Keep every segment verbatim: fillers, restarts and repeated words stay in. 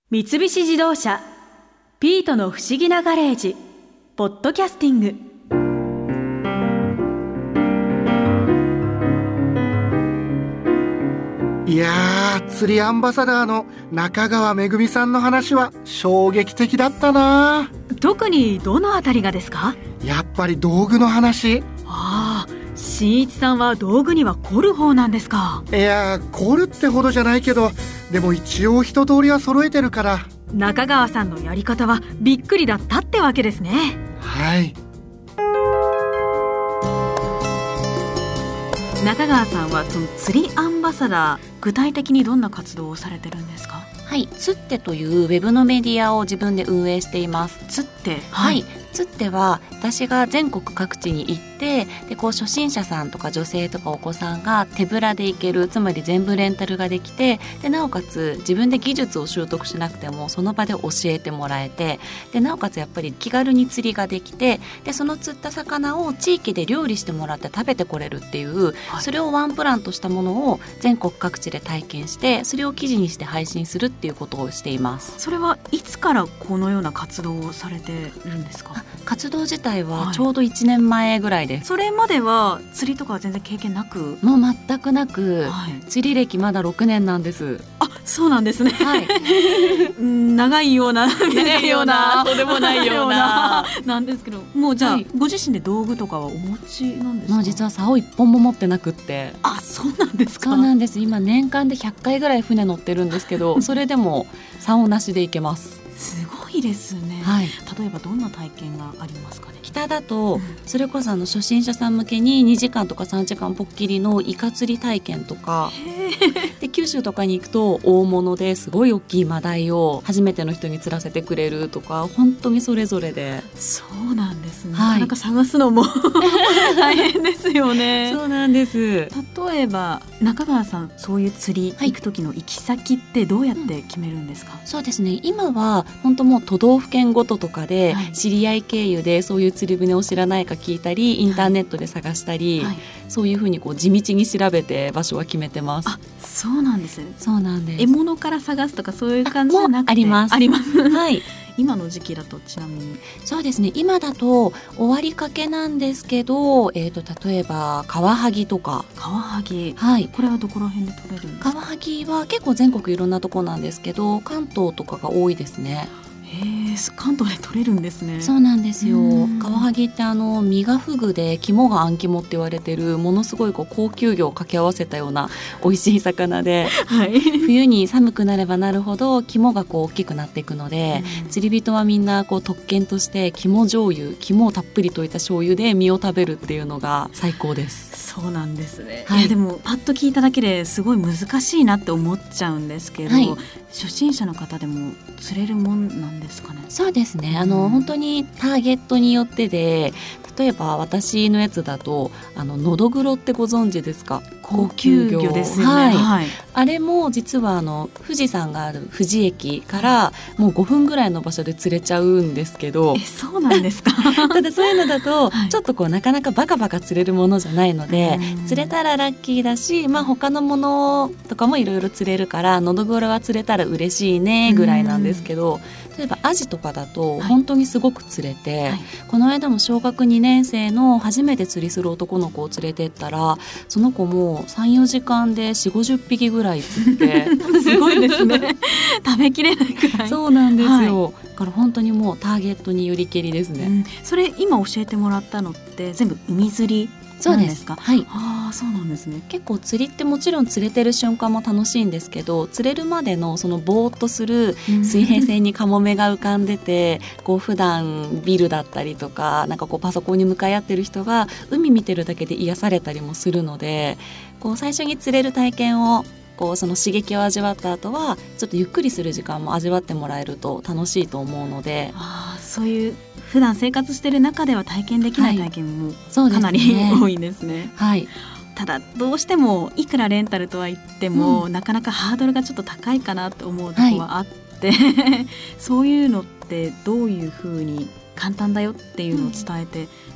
三菱自動車ピートの不思議なガレージポッドキャスティング。 いやー、釣りアンバサダーの中川めぐみさんの話は衝撃的だったな。 特にどのあたりがですか？ やっぱり道具の話。 ああ、新一さんは道具には凝る方なんですか？ いやー、凝るってほどじゃないけど、でも一応一通りは揃えてるから。 中川さんのやり方はびっくりだったってわけですね。 はい。 中川さんはその釣りアンバサダー、具体的にどんな活動をされてるんですか？ はい、つってというウェブのメディアを自分で運営しています。 つって、 はい、つっては私が全国各地に行ってでこう初心者さんとか女性とかお子さんが手ぶらで行ける、つまり全部レンタルができて、でなおかつ自分で技術を習得しなくてもその場で教えてもらえて、でなおかつやっぱり気軽に釣りができて、でその釣った魚を地域で料理してもらって食べてこれるっていう、はい、それをワンプランとしたものを全国各地で体験して、それを記事にして配信するっていうことをしています。 それはいつからこのような活動をされてるんですか？ 活動自体はちょうどいちねんまえぐらいです、 はい、それまでは釣りとかは全然経験なく？ もう全くなく、 はい、 釣り歴まだろくねんなんです。 あ、そうなんですね、はい、長いような長いようなそうでもないようななんですけど、もうじゃあ、はい、ご自身で道具とかはお持ちなんですか？ もう実は竿一本も持ってなくって。 あ、そうなんですか？ そうなんです。今年間でひゃっかいぐらい船乗ってるんですけどそれでも竿なしで行けます。 すごいですね、はい、例えばどんな体験がありますかね？ 北だとそれこそあの初心者さん向けににじかんとかさんじかんぽっきりのイカ釣り体験とかで、九州とかに行くと大物ですごい大きいマダイを初めての人に釣らせてくれるとか、本当にそれぞれで。 そうなんですね、 はい、 なかなか探すのも大変ですよね。 そうなんです。 例えば中川さん、そういう釣り行く時の行き先ってどうやって決めるんですか？ うん、そうですね、今は本当もう都道府県ごととかで知り合い経由でそういう釣り船を知らないか聞いたり、インターネットで探したり、はいはい、そういうふうにこう地道に調べて場所は決めてます。 あ、そうなんです。 そうなんです。 獲物から探すとかそういう感じじゃなくて？ ありますありますはい。 今の時期だとちなみに？ そうですね、今だと終わりかけなんですけど、えー、と例えばカワハギとか。 カワハギ、 はい、 これはどこら辺で取れるんですか？ カワハギは結構全国いろんなとこなんですけど、関東とかが多いですね。 へえ、関東で取れるんですね。 そうなんですよ。カワハギってあの身がフグで肝があん肝って言われてるものすごいこう高級魚を掛け合わせたような美味しい魚で、はい、冬に寒くなればなるほど肝がこう大きくなっていくので、釣り人はみんなこう特権として肝醤油、肝をたっぷり溶いた醤油で身を食べるっていうのが最高です。 そうなんですね、 はい、 いやでもパッと聞いただけですごい難しいなって思っちゃうんですけど、はい、初心者の方でも釣れるもんなんですかね？ そうですね、あの、うん、本当にターゲットによってで、例えば私のやつだとあのノドグロってご存知ですか？ 高級魚ですよね、 はいはい、あれも実はあの富士山がある富士駅からもうごふんぐらいの場所で釣れちゃうんですけど。 え、そうなんですか？ ただそういうのだとちょっとこうなかなかバカバカ釣れるものじゃないので、釣れたらラッキーだし、まあ、他のものとかもいろいろ釣れるからノドグロは釣れたら嬉しいねぐらいなんですけど、例えばアジとかだと本当にすごく釣れて、はいはい、この間も小学にねん生の初めて釣りする男の子を連れてったら、その子もさん、よじかんでよんじゅう、ごじゅっぴきぐらい釣ってすごいですね食べきれないくらい。 そうなんですよ、はい、だから本当にもうターゲットによりけりですね、うん、 それ今教えてもらったのって全部海釣りなんですか？ そうです、はい、 ああ、そうなんですね。 結構釣りってもちろん釣れてる瞬間も楽しいんですけど、釣れるまでのそのぼーっとする水平線にカモメが浮かんでてこう普段ビルだったりとかなんかこうパソコンに向かい合ってる人が海見てるだけで癒されたりもするので、こう最初に釣れる体験をこうその刺激を味わった後はちょっとゆっくりする時間も味わってもらえると楽しいと思うので。 あ、そういう普段生活してる中では体験できない体験もかなり、はい、多いんですね。 はい、 ただどうしてもいくらレンタルとは言っても、うん、なかなかハードルがちょっと高いかなと思うところはあって、はい、そういうのってどういうふうに簡単だよっていうのを伝えて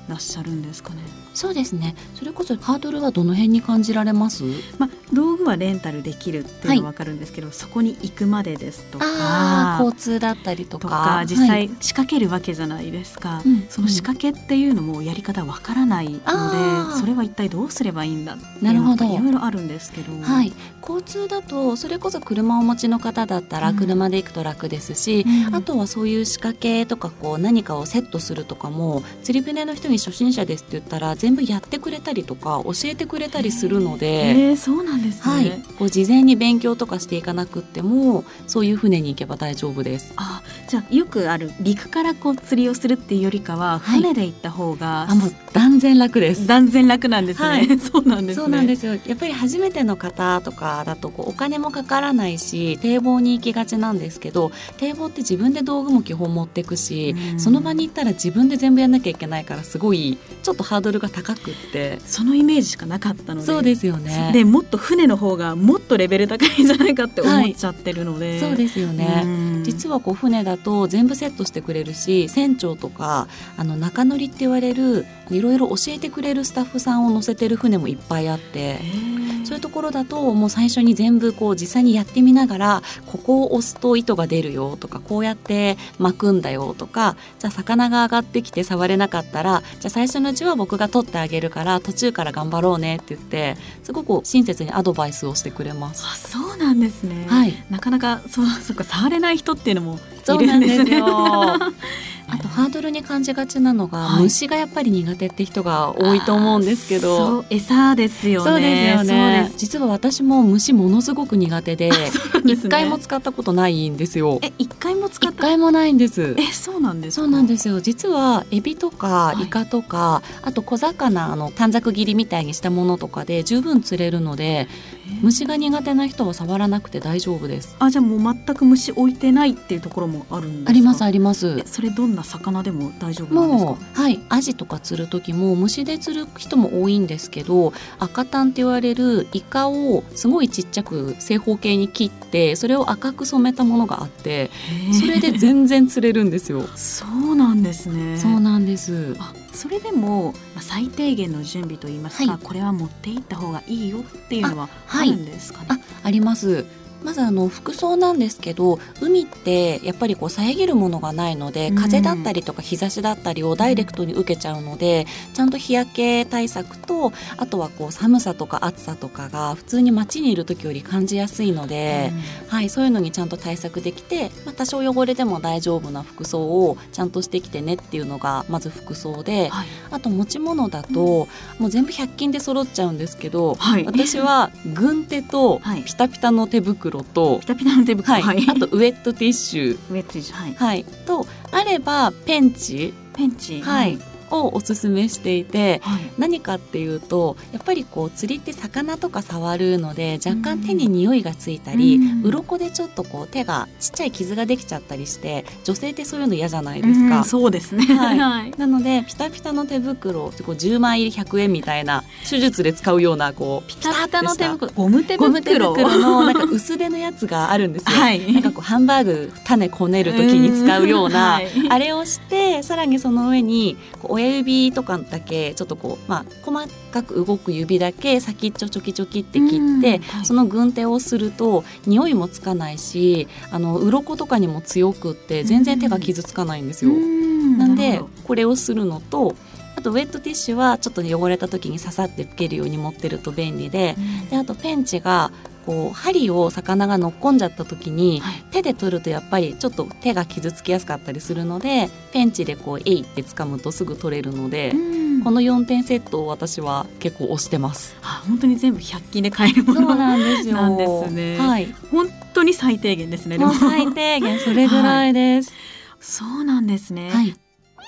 らっしゃるんですかね。 そうですね。それこそハードルはどの辺に感じられます？ まあ、道具はレンタルできるっていうのは分かるんですけど、はい、そこに行くまでですとか、 あ交通だったりとか、 とか実際仕掛けるわけじゃないですか、はい、その仕掛けっていうのもやり方分からないので、うん、それは一体どうすればいいんだっていうのがいろいろあるんですけど、 はい、交通だとそれこそ車をお持ちの方だったら車で行くと楽ですし、うん、あとはそういう仕掛けとかこう何かをセットするとかも釣り船の人に初心者ですって言ったら全部やってくれたりとか教えてくれたりするので、 えー、そうなんですね、 はい、こう事前に勉強とかしていかなくってもそういう船に行けば大丈夫です。 あ、じゃあよくある陸からこう釣りをするっていうよりかは船で行った方が、 はい、あもう断然楽です。 断然楽なんですね、はい、そうなんですね。 そうなんですよ。やっぱり初めての方とかだとこうお金もかからないし堤防に行きがちなんですけど、堤防って自分で道具も基本持っていくし、その場に行ったら自分で全部やんなきゃいけないからすごいちょっとハードルが高くって、 そのイメージしかなかったので。 そうですよね。 でもっと船の方がもっとレベル高いんじゃないかって思っちゃってるので、 はい、そうですよね。実はこう船だと全部セットしてくれるし、船長とかあの中乗りって言われるいろいろ教えてくれるスタッフさんを乗せてる船もいっぱいあって、そういうところだともう最初に全部こう実際にやってみながら、ここを押すと糸が出るよとか、こうやって巻くんだよとか、じゃあ魚が上がってきて触れなかったらじゃあ最初のうちは僕が取ってあげるから途中から頑張ろうねって言ってすごく親切にアドバイスをしてくれます。 あ、そうなんですね、 はい、 なかなかそうそっか触れない人っていうのもいるんですね。そうなんですよあとハードルに感じがちなのが、はい、虫がやっぱり苦手って人が多いと思うんですけど、 そう餌ですよね。 そうですよね。実は私も虫ものすごく苦手で一、ね、回も使ったことないんですよ。 え、一回も使った？ 一回もないんです。 え、そうなんですか？ そうなんですよ。実はエビとかイカとか、はい、あと小魚の短冊切りみたいにしたものとかで十分釣れるので、虫が苦手な人は触らなくて大丈夫です。 あ、じゃあもう全く虫置いてないっていうところもあるんですか？ ありますあります。 それどんな魚でも大丈夫なんですか？ もう、はい、アジとか釣る時も虫で釣る人も多いんですけど、赤タンって言われるイカをすごいちっちゃく正方形に切ってそれを赤く染めたものがあって、それで全然釣れるんですよ。 そうなんですね。 そうなんです。 あ、それでも、まあ、最低限の準備といいますか、はい、これは持っていった方がいいよっていうのはあるんですかね？ あ、はい、あ、あります。まずあの服装なんですけど、海ってやっぱりこう遮るものがないので、風だったりとか日差しだったりをダイレクトに受けちゃうので、ちゃんと日焼け対策と、あとはこう寒さとか暑さとかが普通に街にいる時より感じやすいので、はい、そういうのにちゃんと対策できて、まあ、多少汚れても大丈夫な服装をちゃんとしてきてねっていうのがまず服装で、はい、あと持ち物だと、うん、もう全部ひゃく均で揃っちゃうんですけど、はい、私は軍手とピタピタの手袋と、 ピタピタの手袋、 はい、あとウエットティッシュ、 ウエットティッシュ、はいはい、とあればペンチペンチ、 はい、をおすすめしていて、はい、何かっていうとやっぱりこう釣りって魚とか触るので若干手に匂いがついたり、うん、鱗でちょっとこう手がちっちゃい傷ができちゃったりして女性ってそういうの嫌じゃないですか、 うん、そうですね、 はいはい、なのでピタピタの手袋こうじゅうまい入りひゃくえんみたいな手術で使うようなこうピタピタの手袋、ゴム手袋、 ゴム手袋のなんか薄手のやつがあるんですよ、はい、なんかこうハンバーグ種こねる時に使うような、はい、あれをしてさらにその上にこう親指とかだけちょっとこう、まあ、細かく動く指だけ先っちょチョキチョキって切って、はい、その軍手をすると匂いもつかないし、あの鱗とかにも強くって全然手が傷つかないんですよ。んなんでこれをするのと、あとウェットティッシュはちょっと汚れた時に刺さって拭けるように持ってると便利 で,、うん、であとペンチがこう針を魚が乗っ込んじゃった時に、はい、手で取るとやっぱりちょっと手が傷つきやすかったりするので、ペンチでこうえいって掴むとすぐ取れるので、うん、このよんてんセットを私は結構推してます。 あ、本当に全部ひゃく均で買えるものそうなんですよなんですね、はい、本当に最低限ですね。でも最低限それぐらいです、はい、 そうなんですね、 はい。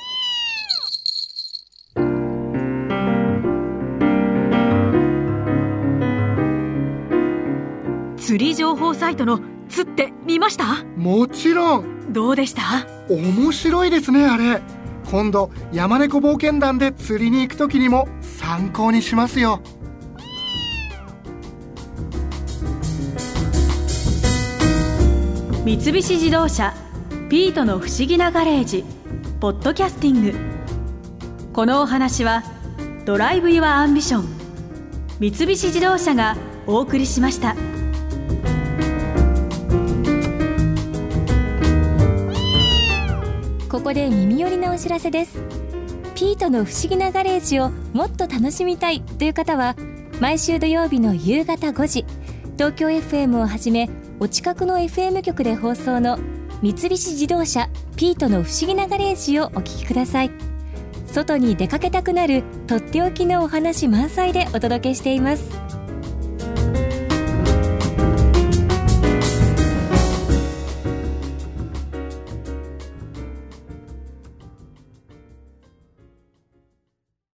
釣り情報サイトの釣ってみました？ もちろん。 どうでした？ 面白いですね。あれ今度山猫冒険団で釣りに行くときにも参考にしますよ。 三菱自動車ピートの不思議なガレージポッドキャスティング。 このお話はドライブ・ユア・アンビション三菱自動車がお送りしました。 ここで耳寄りなお知らせです。ピートの不思議なガレージをもっと楽しみたいという方は、毎週土曜日の夕方ごじ、東京 エフエム をはじめお近くの エフエム 局で放送の三菱自動車ピートの不思議なガレージをお聞きください。外に出かけたくなるとっておきのお話満載でお届けしています。